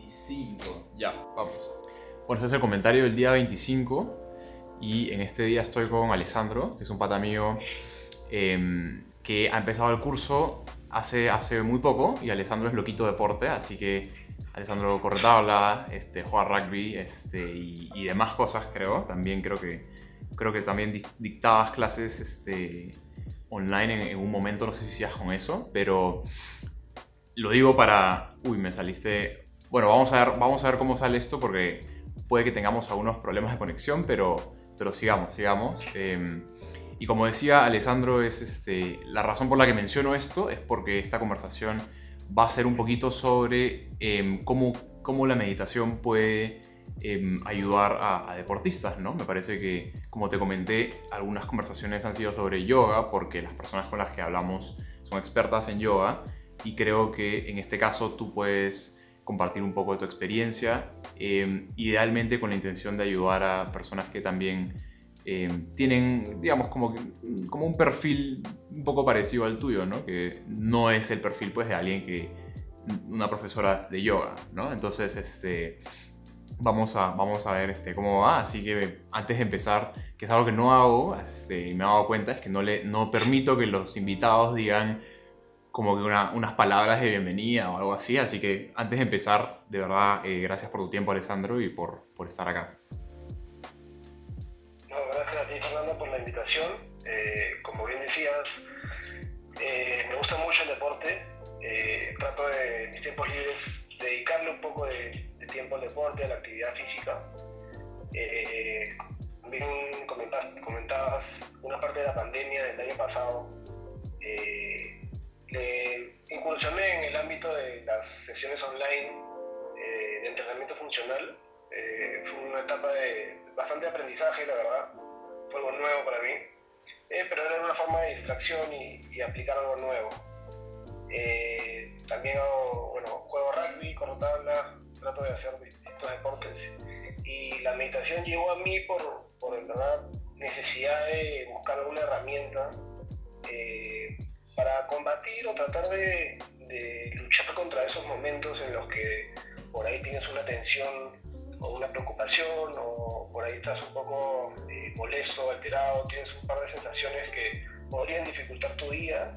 25. Ya, vamos. Bueno, este es el comentario del día 25 y en este día estoy con Alessandro, que es un pata mío que ha empezado el curso hace muy poco y Alessandro es loquito de deporte, así que Alessandro corre tabla, juega rugby y demás cosas, creo. También creo que también dictabas clases online en un momento, no sé si sigas con eso, pero lo digo para... Uy, me saliste... Bueno, vamos a ver cómo sale esto porque puede que tengamos algunos problemas de conexión, pero sigamos. Y como decía Alessandro, la razón por la que menciono esto es porque esta conversación va a ser un poquito sobre cómo la meditación puede ayudar a deportistas, ¿no? Me parece que, como te comenté, algunas conversaciones han sido sobre yoga porque las personas con las que hablamos son expertas en yoga y creo que en este caso tú puedes compartir un poco de tu experiencia, idealmente con la intención de ayudar a personas que también tienen, digamos, como un perfil un poco parecido al tuyo, ¿no? Que no es el perfil, pues, de alguien una profesora de yoga, ¿no? Entonces, vamos a ver cómo va. Así que antes de empezar, que es algo que no hago, y me he dado cuenta, es que no permito que los invitados digan como que unas palabras de bienvenida o algo así. Así que antes de empezar, de verdad, gracias por tu tiempo, Alessandro, y por estar acá. No, gracias a ti, Fernando, por la invitación. Como bien decías, me gusta mucho el deporte. Trato de mis tiempos libres dedicarle un poco de tiempo al deporte, a la actividad física. También comentabas una parte de la pandemia del año pasado. Incursioné en el ámbito de las sesiones online de entrenamiento funcional. Fue una etapa de bastante aprendizaje, la verdad. Fue algo nuevo para mí, pero era una forma de distracción y aplicar algo nuevo. También juego rugby, corro tabla, trato de hacer distintos deportes. Y la meditación llegó a mí por en verdad necesidad de buscar alguna herramienta para combatir o tratar de luchar contra esos momentos en los que por ahí tienes una tensión o una preocupación o por ahí estás un poco molesto, alterado, tienes un par de sensaciones que podrían dificultar tu día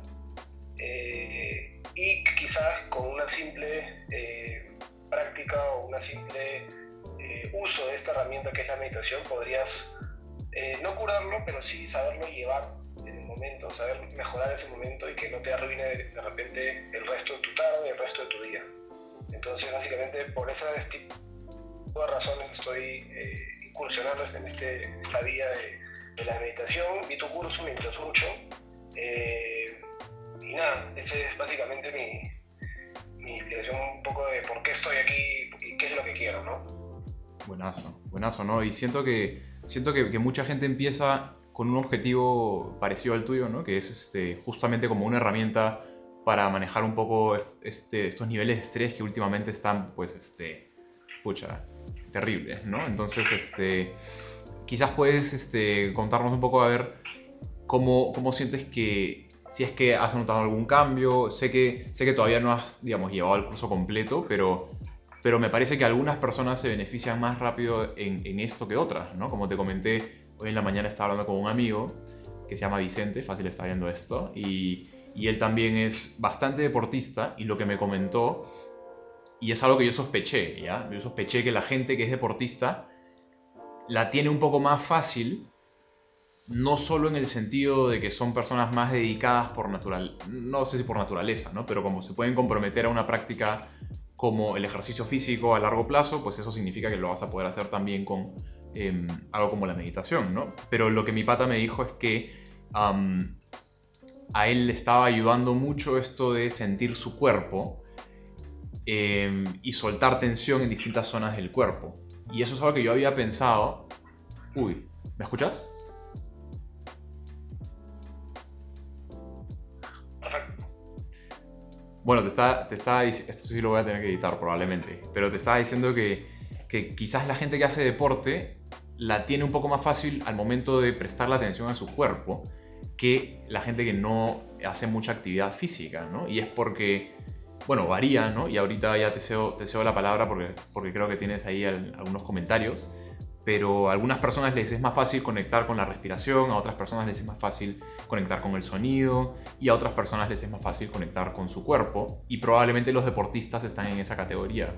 y quizás con una simple práctica o una simple uso de esta herramienta que es la meditación podrías no curarlo, pero sí saberlo llevar en el momento, saber mejorar ese momento y que no te arruine de repente el resto de tu tarde, el resto de tu día. Entonces básicamente por esas tipo de razones estoy incursionando en esta vida de la meditación. Vi tu curso, me interesó mucho y nada, ese es básicamente mi explicación un poco de por qué estoy aquí y qué es lo que quiero, ¿no? Buenazo, ¿no? Y siento que mucha gente empieza con un objetivo parecido al tuyo, ¿no? Que es justamente como una herramienta para manejar un poco estos niveles de estrés que últimamente están, pues, terribles, ¿no? Entonces, quizás puedes contarnos un poco a ver cómo sientes que, si es que has notado algún cambio. Sé que todavía no has, digamos, llevado el curso completo, pero me parece que algunas personas se benefician más rápido en esto que otras, ¿no? Como te comenté, hoy en la mañana estaba hablando con un amigo que se llama Vicente, fácil está viendo esto, y él también es bastante deportista, y lo que me comentó, y es algo que yo sospeché, ¿ya? Yo sospeché que la gente que es deportista la tiene un poco más fácil, no solo en el sentido de que son personas más dedicadas no sé si por naturaleza, ¿no? Pero como se pueden comprometer a una práctica como el ejercicio físico a largo plazo, pues eso significa que lo vas a poder hacer también con algo como la meditación, ¿no? Pero lo que mi pata me dijo es que a él le estaba ayudando mucho esto de sentir su cuerpo y soltar tensión en distintas zonas del cuerpo. Y eso es algo que yo había pensado. Uy, ¿me escuchas? Bueno, te estaba diciendo, esto sí lo voy a tener que editar probablemente, pero te estaba diciendo que quizás la gente que hace deporte la tiene un poco más fácil al momento de prestar la atención a su cuerpo que la gente que no hace mucha actividad física, ¿no? Y es porque bueno, varía, ¿no? Y ahorita ya te cedo la palabra porque creo que tienes ahí algunos comentarios. Pero a algunas personas les es más fácil conectar con la respiración, a otras personas les es más fácil conectar con el sonido y a otras personas les es más fácil conectar con su cuerpo. Y probablemente los deportistas están en esa categoría.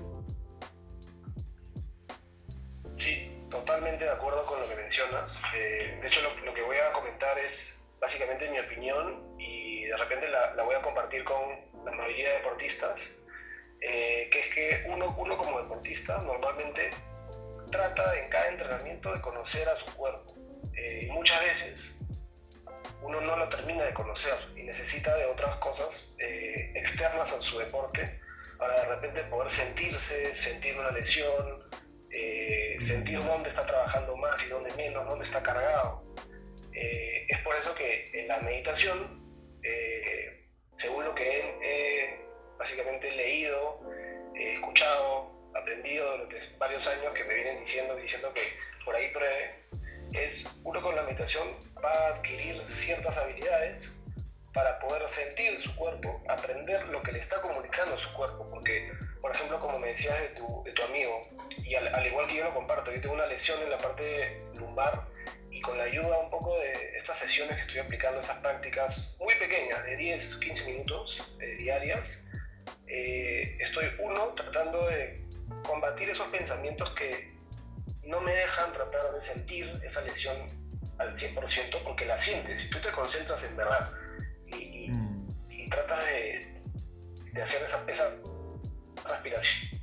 Sí, totalmente de acuerdo con lo que mencionas. De hecho, lo que voy a comentar es básicamente mi opinión y de repente la voy a compartir con la mayoría de deportistas, que es que uno como deportista normalmente trata en cada entrenamiento de conocer a su cuerpo. Y muchas veces uno no lo termina de conocer y necesita de otras cosas externas a su deporte para de repente poder sentir una lesión, sentir dónde está trabajando más y dónde menos, dónde está cargado. Es por eso que en la meditación, según lo que he básicamente leído, escuchado, aprendido durante varios años, que me vienen diciendo que por ahí pruebe, es uno con la meditación va a adquirir ciertas habilidades para poder sentir su cuerpo, aprender lo que le está comunicando su cuerpo, porque, por ejemplo, como me decías de tu amigo, y al igual que yo lo comparto, yo tengo una lesión en la parte lumbar y con la ayuda un poco de estas sesiones que estoy aplicando, estas prácticas muy pequeñas, de 10, 15 minutos diarias, estoy tratando de combatir esos pensamientos que no me dejan tratar de sentir esa lesión al 100% porque la sientes. Si tú te concentras en verdad y tratas de hacer esa respiración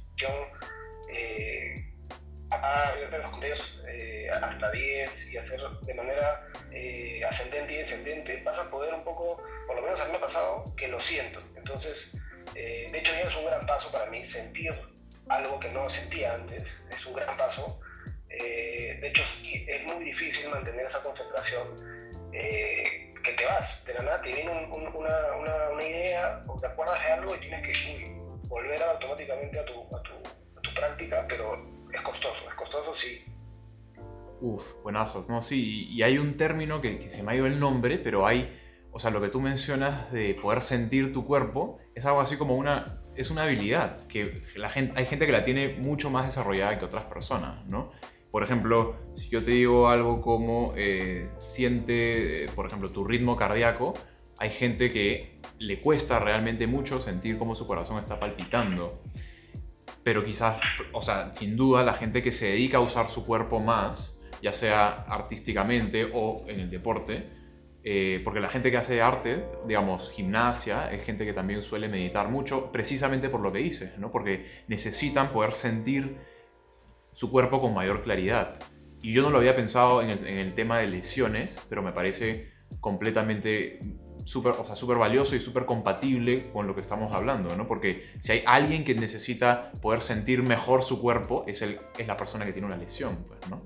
de los conteos hasta 10 y hacer de manera ascendente y descendente, vas a poder un poco, por lo menos a mí me ha pasado, que lo siento. Entonces, de hecho ya es un gran paso para mí sentir algo que no sentía antes, es un gran paso. De hecho, es muy difícil mantener esa concentración, que te vas, de la nada te viene una idea o te acuerdas de algo y tienes que volver automáticamente a tu práctica, pero es costoso sí. Uf, buenazos, ¿no? Sí, y hay un término que se me ha ido el nombre, pero o sea, lo que tú mencionas de poder sentir tu cuerpo es algo así como es una habilidad que hay gente que la tiene mucho más desarrollada que otras personas, ¿no? Por ejemplo, si yo te digo algo como siente, por ejemplo, tu ritmo cardíaco, hay gente que le cuesta realmente mucho sentir cómo su corazón está palpitando. Pero quizás, o sea, sin duda, la gente que se dedica a usar su cuerpo más, ya sea artísticamente o en el deporte, porque la gente que hace arte, digamos, gimnasia, es gente que también suele meditar mucho, precisamente por lo que dices, ¿no? Porque necesitan poder sentir su cuerpo con mayor claridad. Y yo no lo había pensado en el tema de lesiones, pero me parece completamente súper valioso y súper compatible con lo que estamos hablando, ¿no? Porque si hay alguien que necesita poder sentir mejor su cuerpo, es la persona que tiene una lesión, pues, ¿no?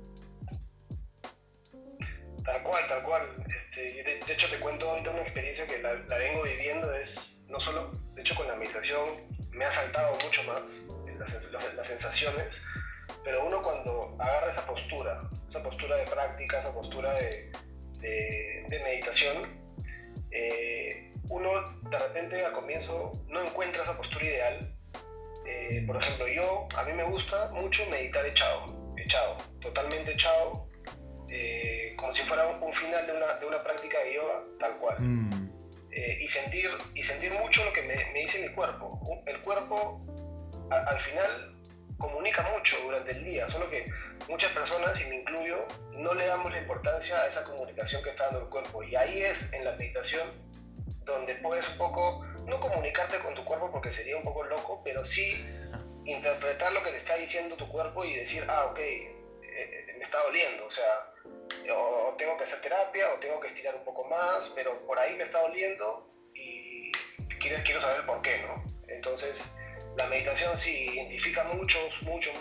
Tal cual, tal cual. De hecho, te cuento ahorita una experiencia que la vengo viviendo, no solo, de hecho con la meditación me ha saltado mucho más las sensaciones, pero uno cuando agarra esa postura de práctica, esa postura de meditación, uno de repente al comienzo no encuentra esa postura ideal. Por ejemplo, a mí me gusta mucho meditar echado, totalmente echado, como si fuera un final de una práctica de yoga, tal cual. Y sentir mucho lo que me dice mi cuerpo. El cuerpo al final comunica mucho durante el día, solo que muchas personas, y me incluyo, no le damos la importancia a esa comunicación que está dando el cuerpo. Y ahí es en la meditación donde puedes un poco, no comunicarte con tu cuerpo porque sería un poco loco, pero sí interpretar lo que te está diciendo tu cuerpo y decir, ok, me está doliendo, o sea, o tengo que hacer terapia, o tengo que estirar un poco más, pero por ahí me está doliendo y quiero saber el por qué, ¿no? Entonces, la meditación sí identifica muchos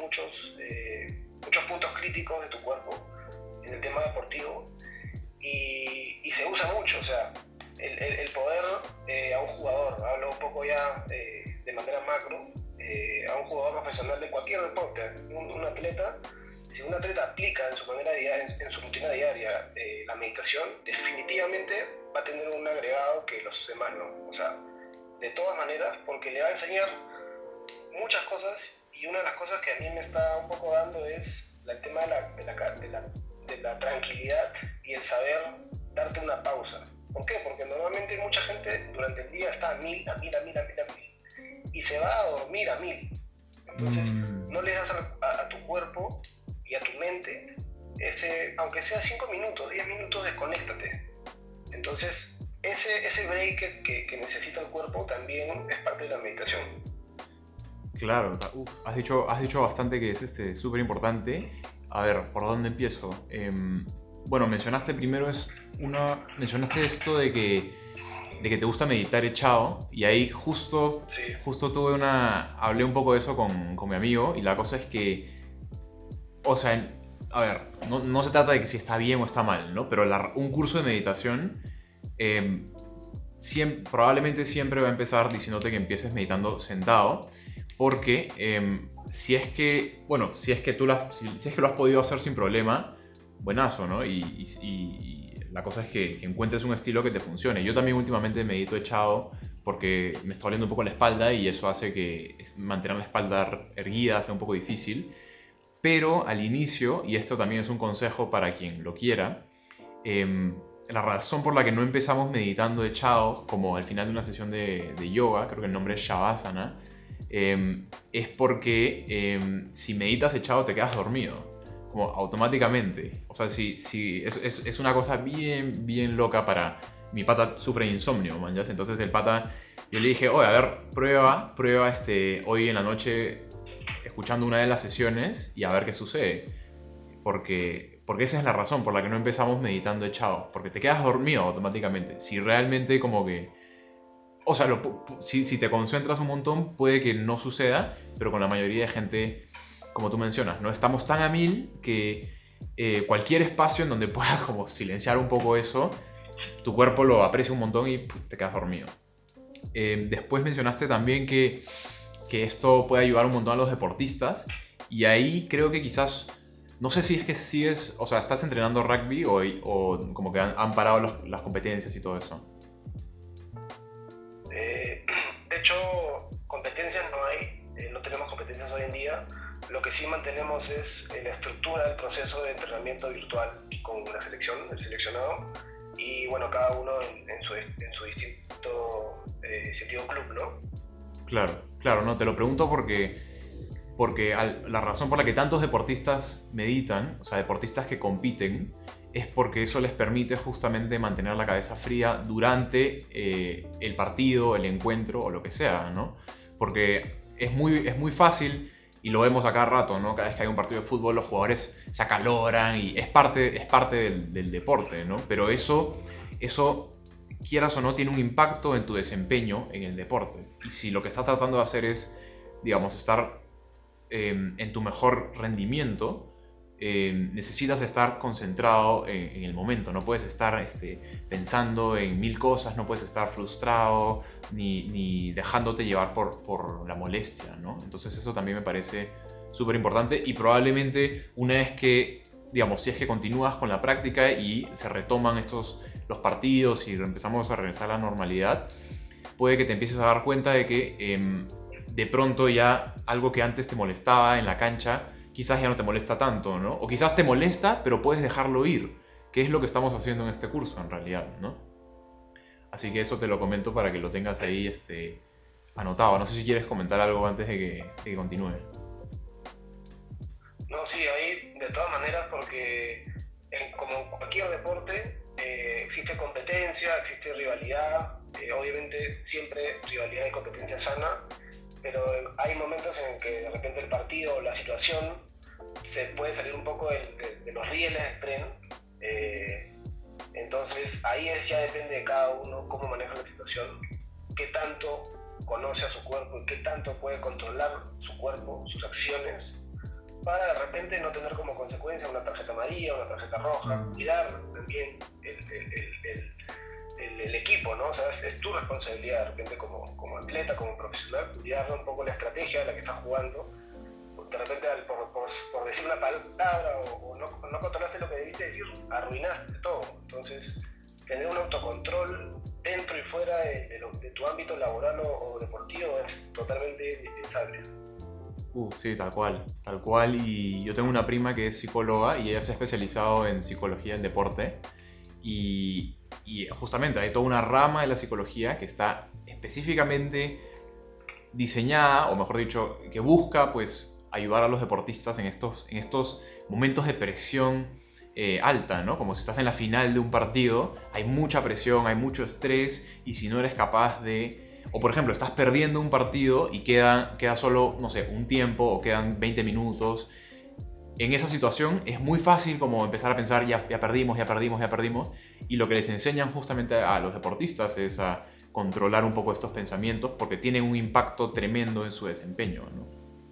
puntos críticos de tu cuerpo en el tema deportivo y se usa mucho, o sea, el poder a un jugador, hablo un poco ya de manera macro, a un jugador profesional de cualquier deporte, un atleta, si un atleta aplica en su manera en su rutina diaria la meditación, definitivamente va a tener un agregado que los demás no. O sea, de todas maneras, porque le va a enseñar muchas cosas, y una de las cosas que a mí me está un poco dando es el tema de la tranquilidad y el saber darte una pausa. ¿Por qué? Porque normalmente mucha gente durante el día está a mil, y se va a dormir a mil. Entonces, no le das a tu cuerpo y a tu mente aunque sea 5 minutos, 10 minutos, desconéctate. Entonces, ese break que necesita el cuerpo también es parte de la meditación. Claro, has dicho bastante que es súper importante. A ver, ¿por dónde empiezo? Bueno, mencionaste esto de que te gusta meditar echado, y ahí justo hablé un poco de eso con mi amigo, y la cosa es que, o sea, a ver, no se trata de que si está bien o está mal, ¿no? Pero un curso de meditación probablemente siempre va a empezar diciéndote que empieces meditando sentado, porque si es que lo has podido hacer sin problema, buenazo, ¿no? Y la cosa es que encuentres un estilo que te funcione. Yo también últimamente medito echado porque me está doliendo un poco la espalda, y eso hace que mantener la espalda erguida sea un poco difícil. Pero al inicio, y esto también es un consejo para quien lo quiera, la razón por la que no empezamos meditando echados, como al final de una sesión de yoga, creo que el nombre es Shavasana, es porque si meditas echado te quedas dormido, como automáticamente. O sea, es una cosa bien, bien loca para... Mi pata sufre de insomnio, man, ¿ya? Entonces el pata, yo le dije, oye, a ver, prueba hoy en la noche escuchando una de las sesiones y a ver qué sucede. Porque esa es la razón por la que no empezamos meditando echado, porque te quedas dormido automáticamente. Si realmente como que... O sea, si te concentras un montón, puede que no suceda, pero con la mayoría de gente, como tú mencionas, no estamos tan a mil que cualquier espacio en donde puedas como silenciar un poco eso, tu cuerpo lo aprecia un montón y te quedas dormido. Después mencionaste también que esto puede ayudar un montón a los deportistas, y ahí creo que quizás, no sé si es que sigues, o sea, estás entrenando rugby o como que han parado las competencias y todo eso. De hecho, competencias no hay, no tenemos competencias hoy en día. Lo que sí mantenemos es la estructura del proceso de entrenamiento virtual con la selección, el seleccionado, y bueno, cada uno en su distinto sentido club, ¿no? Claro, no, te lo pregunto porque la razón por la que tantos deportistas meditan, o sea, deportistas que compiten, es porque eso les permite justamente mantener la cabeza fría durante el partido, el encuentro o lo que sea, ¿no? Porque es muy fácil, y lo vemos a cada rato, ¿no? Cada vez que hay un partido de fútbol los jugadores se acaloran y es parte del deporte, ¿no? Pero eso, quieras o no, tiene un impacto en tu desempeño en el deporte. Y si lo que estás tratando de hacer es, digamos, estar en tu mejor rendimiento, necesitas estar concentrado en el momento. No puedes estar pensando en mil cosas, no puedes estar frustrado ni dejándote llevar por la molestia, ¿no? Entonces eso también me parece súper importante, y probablemente una vez que, digamos, si es que continúas con la práctica y se retoman los partidos y empezamos a regresar a la normalidad, puede que te empieces a dar cuenta de que de pronto ya algo que antes te molestaba en la cancha quizás ya no te molesta tanto, ¿no? O quizás te molesta, pero puedes dejarlo ir, que es lo que estamos haciendo en este curso en realidad, ¿no? Así que eso te lo comento para que lo tengas ahí anotado. No sé si quieres comentar algo antes de que continúe. No, sí, ahí de todas maneras, porque como cualquier deporte existe competencia, existe rivalidad, obviamente siempre rivalidad y competencia sana, pero hay momentos en que de repente el partido o la situación se puede salir un poco de los rieles del tren. Entonces ahí ya depende de cada uno cómo maneja la situación, qué tanto conoce a su cuerpo y qué tanto puede controlar su cuerpo, sus acciones, para de repente no tener como consecuencia una tarjeta amarilla, una tarjeta roja, cuidar también el equipo, ¿no? O sea, es tu responsabilidad de repente como atleta, como profesional, cuidar un poco la estrategia a la que estás jugando. De repente por decir una palabra o no controlaste lo que debiste decir, arruinaste todo. Entonces, tener un autocontrol dentro y fuera de tu ámbito laboral o deportivo es totalmente indispensable. Sí, tal cual, tal cual. Y yo tengo una prima que es psicóloga y ella se ha especializado en psicología del deporte. Y justamente hay toda una rama de la psicología que está específicamente diseñada, o mejor dicho, que busca pues ayudar a los deportistas en estos momentos de presión alta, ¿no? Como si estás en la final de un partido, hay mucha presión, hay mucho estrés, y si no eres capaz de... O por ejemplo, estás perdiendo un partido y queda solo, no sé, un tiempo o quedan 20 minutos. En esa situación es muy fácil como empezar a pensar, ya perdimos, ya perdimos, ya perdimos. Y lo que les enseñan justamente a los deportistas es a controlar un poco estos pensamientos porque tienen un impacto tremendo en su desempeño, ¿no?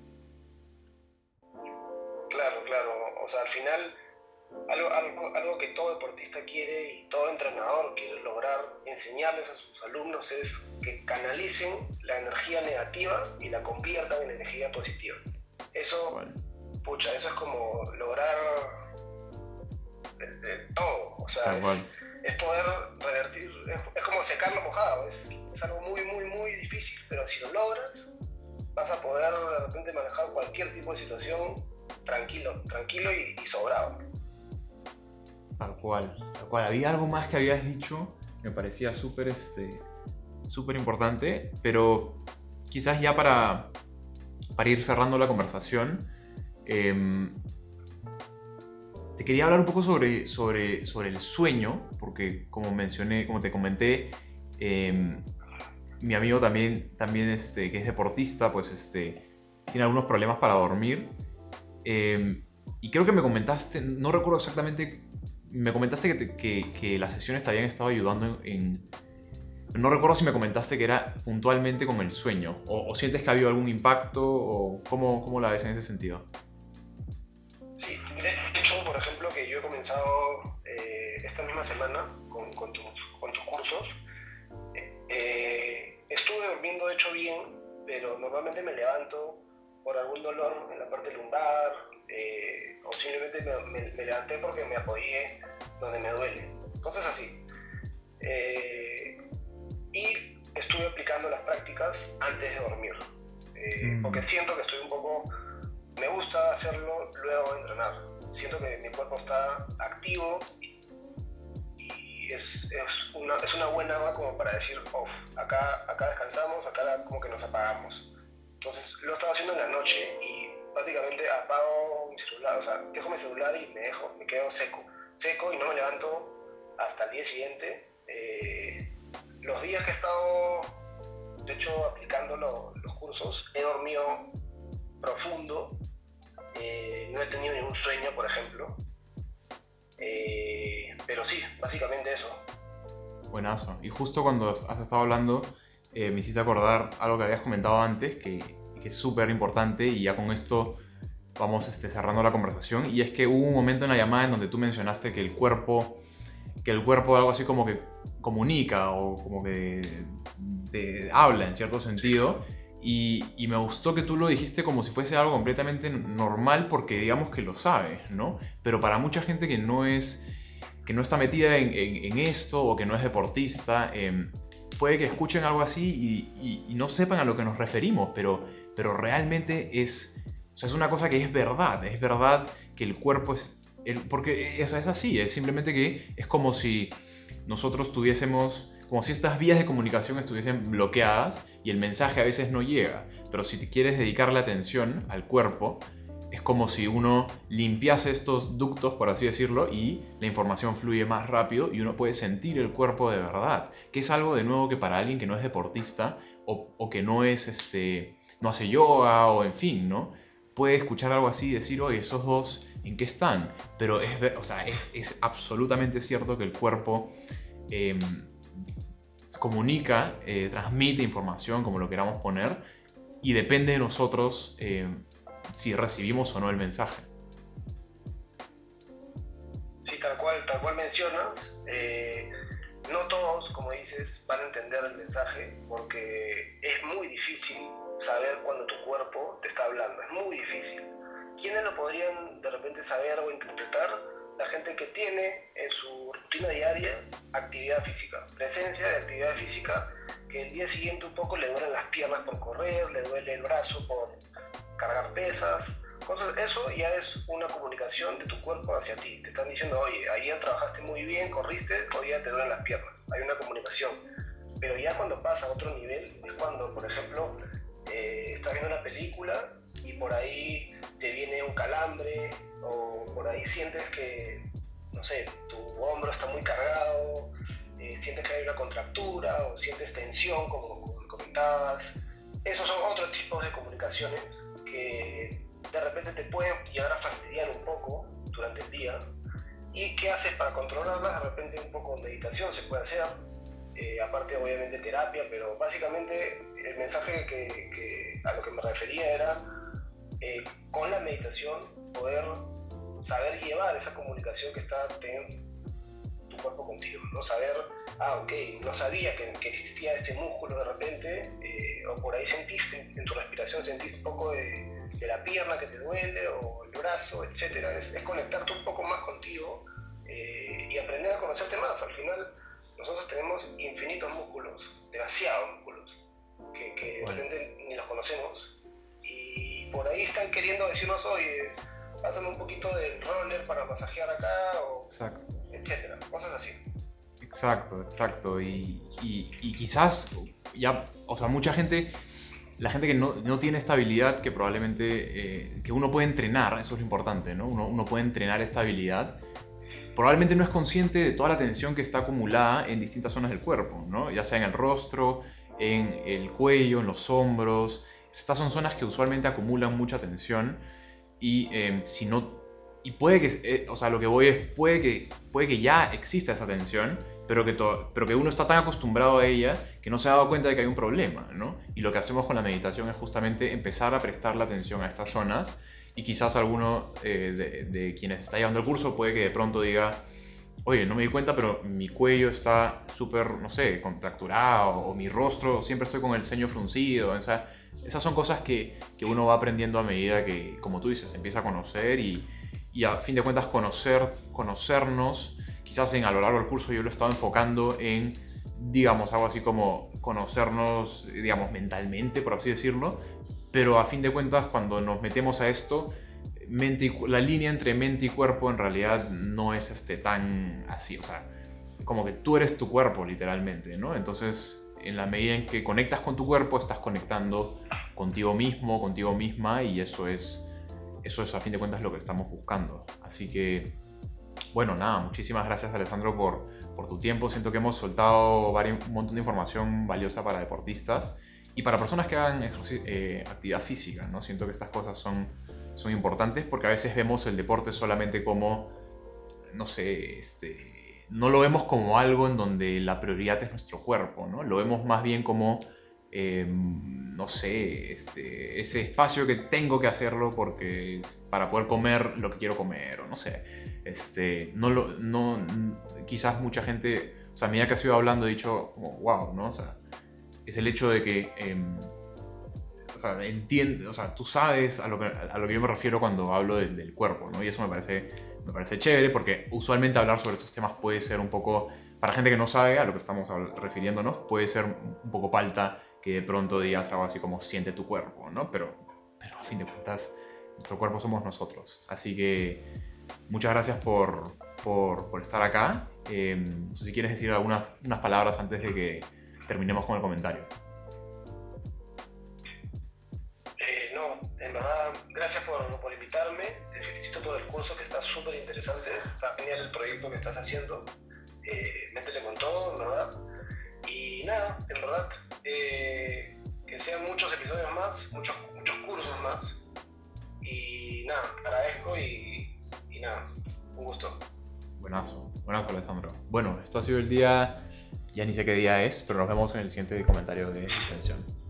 Claro, claro. O sea, al final, algo que todo deportista quiere y todo entrenador quiere lograr enseñarles a sus alumnos es que canalicen la energía negativa y la conviertan en energía positiva. Eso, Bueno, pucha, eso es como lograr todo. O sea, tal cual. es poder revertir, es como secar lo mojado. Es algo muy, muy, muy difícil, pero si lo logras, vas a poder de repente manejar cualquier tipo de situación tranquilo, tranquilo y sobrado. Tal cual, tal cual. Había algo más que habías dicho que me parecía súper importante, pero quizás ya para ir cerrando la conversación, em, te quería hablar un poco sobre el sueño, porque como mencioné, como te comenté, em, mi amigo también que es deportista, pues tiene algunos problemas para dormir. Y creo que me comentaste, no recuerdo exactamente, me comentaste que las sesiones te habían estado ayudando en... No recuerdo si me comentaste que era puntualmente con el sueño, o sientes que ha habido algún impacto, o cómo la ves en ese sentido. Sí, de hecho, por ejemplo, que yo he comenzado esta misma semana con tus cursos, estuve durmiendo de hecho bien, pero normalmente me levanto por algún dolor en la parte lumbar, o simplemente me levanté porque me apoyé donde me duele, cosas así. Eh, y estuve aplicando las prácticas antes de dormir, porque Mm, siento que estoy un poco, me gusta hacerlo luego de entrenar. Siento que mi cuerpo está activo y es una buena hora como para decir, off, acá descansamos, acá como que nos apagamos. Entonces lo estaba haciendo en la noche y prácticamente apago mi celular, o sea, dejo mi celular y me quedo seco y no me levanto hasta el día siguiente. Los días que he estado, de hecho, aplicando los cursos, he dormido profundo, no he tenido ningún sueño, por ejemplo, pero sí, básicamente eso. buenazo. Y justo cuando has estado hablando, me hiciste acordar algo que habías comentado antes, que es súper importante, y ya con esto vamos cerrando la conversación. Y es que hubo un momento en la llamada en donde tú mencionaste que el cuerpo algo así como que comunica o como que te habla en cierto sentido. Y me gustó que tú lo dijiste como si fuese algo completamente normal porque digamos que lo sabes, ¿no? Pero para mucha gente que no está metida en esto o que no es deportista, puede que escuchen algo así y no sepan a lo que nos referimos, pero realmente o sea, es una cosa que es verdad que el cuerpo porque es así, es simplemente que es como si nosotros tuviésemos, como si estas vías de comunicación estuviesen bloqueadas y el mensaje a veces no llega, pero si te quieres dedicarle atención al cuerpo, es como si uno limpiase estos ductos, por así decirlo, y la información fluye más rápido y uno puede sentir el cuerpo de verdad, que es algo de nuevo que para alguien que no es deportista o que no es no hace yoga o en fin, ¿no? Puede escuchar algo así y decir, oye, esos dos, ¿en qué están? Pero o sea, es absolutamente cierto que el cuerpo eh, comunica, transmite información, como lo queramos poner, y depende de nosotros si recibimos o no el mensaje. Sí, tal cual mencionas. No todos, como dices, van a entender el mensaje porque es muy difícil saber cuando tu cuerpo te está hablando. Es muy difícil. ¿Quiénes lo podrían de repente saber o interpretar? la gente que tiene en su rutina diaria actividad física, presencia de actividad física, que el día siguiente un poco le duelen las piernas por correr, le duele el brazo por cargar pesas, cosas. Eso ya es una comunicación de tu cuerpo hacia ti. Te están diciendo, oye, ayer trabajaste muy bien, corriste, hoy ya te duelen las piernas. Hay una comunicación. Pero ya cuando pasa a otro nivel es cuando, por ejemplo, estás viendo una película y por ahí te viene un calambre, o por ahí sientes que, no sé, tu hombro está muy cargado, sientes que hay una contractura o sientes tensión, como comentabas. Esos son otros tipos de comunicaciones que de repente te pueden llegar a fastidiar un poco durante el día. ¿Y qué haces para controlarlas? De repente un poco de meditación se puede hacer, aparte obviamente terapia, pero básicamente el mensaje a lo que me refería era, con la meditación poder saber llevar esa comunicación que está teniendo tu cuerpo contigo, ¿no? Saber, ok, no sabía que existía este músculo de repente, o por ahí sentiste en tu respiración, sentiste un poco de la pierna que te duele, o el brazo, etcétera. Es conectarte un poco más contigo, y aprender a conocerte más. Al final nosotros tenemos infinitos músculos, demasiados músculos, que de repente ni los conocemos, y por ahí están queriendo decirnos, oye, pásame un poquito del roller para masajear acá, o Exacto. etcétera, cosas así. Exacto. Y quizás ya, o sea, mucha gente, la gente que no tiene esta habilidad, que probablemente, que uno puede entrenar, eso es lo importante, ¿no? Uno puede entrenar esta habilidad, probablemente no es consciente de toda la tensión que está acumulada en distintas zonas del cuerpo, ¿no? Ya sea en el rostro, en el cuello, en los hombros. Estas son zonas que usualmente acumulan mucha tensión, y si no, y puede que, o sea, lo que voy es, puede que ya exista esa tensión, pero que uno está tan acostumbrado a ella que no se ha dado cuenta de que hay un problema, ¿no? Y lo que hacemos con la meditación es justamente empezar a prestar la atención a estas zonas. Y quizás alguno de quienes está llevando el curso puede que de pronto diga, oye, no me di cuenta, pero mi cuello está súper, no sé, contracturado, o mi rostro, siempre estoy con el ceño fruncido. O sea, esas son cosas que uno va aprendiendo a medida que, como tú dices, se empieza a conocer, y a fin de cuentas conocernos. Quizás a lo largo del curso yo lo he estado enfocando en, digamos, algo así como conocernos, digamos, mentalmente, por así decirlo. Pero a fin de cuentas, cuando nos metemos a esto, la línea entre mente y cuerpo en realidad no es tan así. O sea, como que tú eres tu cuerpo, literalmente, ¿no? Entonces, en la medida en que conectas con tu cuerpo, estás conectando contigo mismo, contigo misma, y eso es a fin de cuentas lo que estamos buscando. Así que, bueno, nada, muchísimas gracias, Alessandro, por tu tiempo. Siento que hemos soltado un montón de información valiosa para deportistas y para personas que hagan actividad física, ¿no? Siento que estas cosas son importantes, porque a veces vemos el deporte solamente como, no sé, no lo vemos como algo en donde la prioridad es nuestro cuerpo, ¿no? Lo vemos más bien como, no sé, ese espacio que tengo que hacerlo porque para poder comer lo que quiero comer, o no sé. Quizás mucha gente, o sea, a medida que has ido hablando he dicho, como, wow, ¿no? O sea, es el hecho de que, o sea, tú sabes a lo que yo me refiero cuando hablo del cuerpo, ¿no? Y eso me parece chévere, porque usualmente hablar sobre estos temas puede ser un poco, para gente que no sabe a lo que estamos refiriéndonos, puede ser un poco palta que de pronto digas algo así como siente tu cuerpo, ¿no? Pero a fin de cuentas, nuestro cuerpo somos nosotros. Así que muchas gracias por estar acá. No sé si quieres decir unas palabras antes de que terminemos con el comentario. No, en verdad, gracias por invitarme. Te felicito por el curso, que está súper interesante. Está genial el proyecto que estás haciendo. Métele con todo, en verdad. Y nada, en verdad, que sean muchos episodios más, muchos cursos más. Y nada, agradezco y nada, un gusto. Buenazo, Alessandro. Bueno, esto ha sido el día, ya ni sé qué día es, pero nos vemos en el siguiente comentario de Distensión.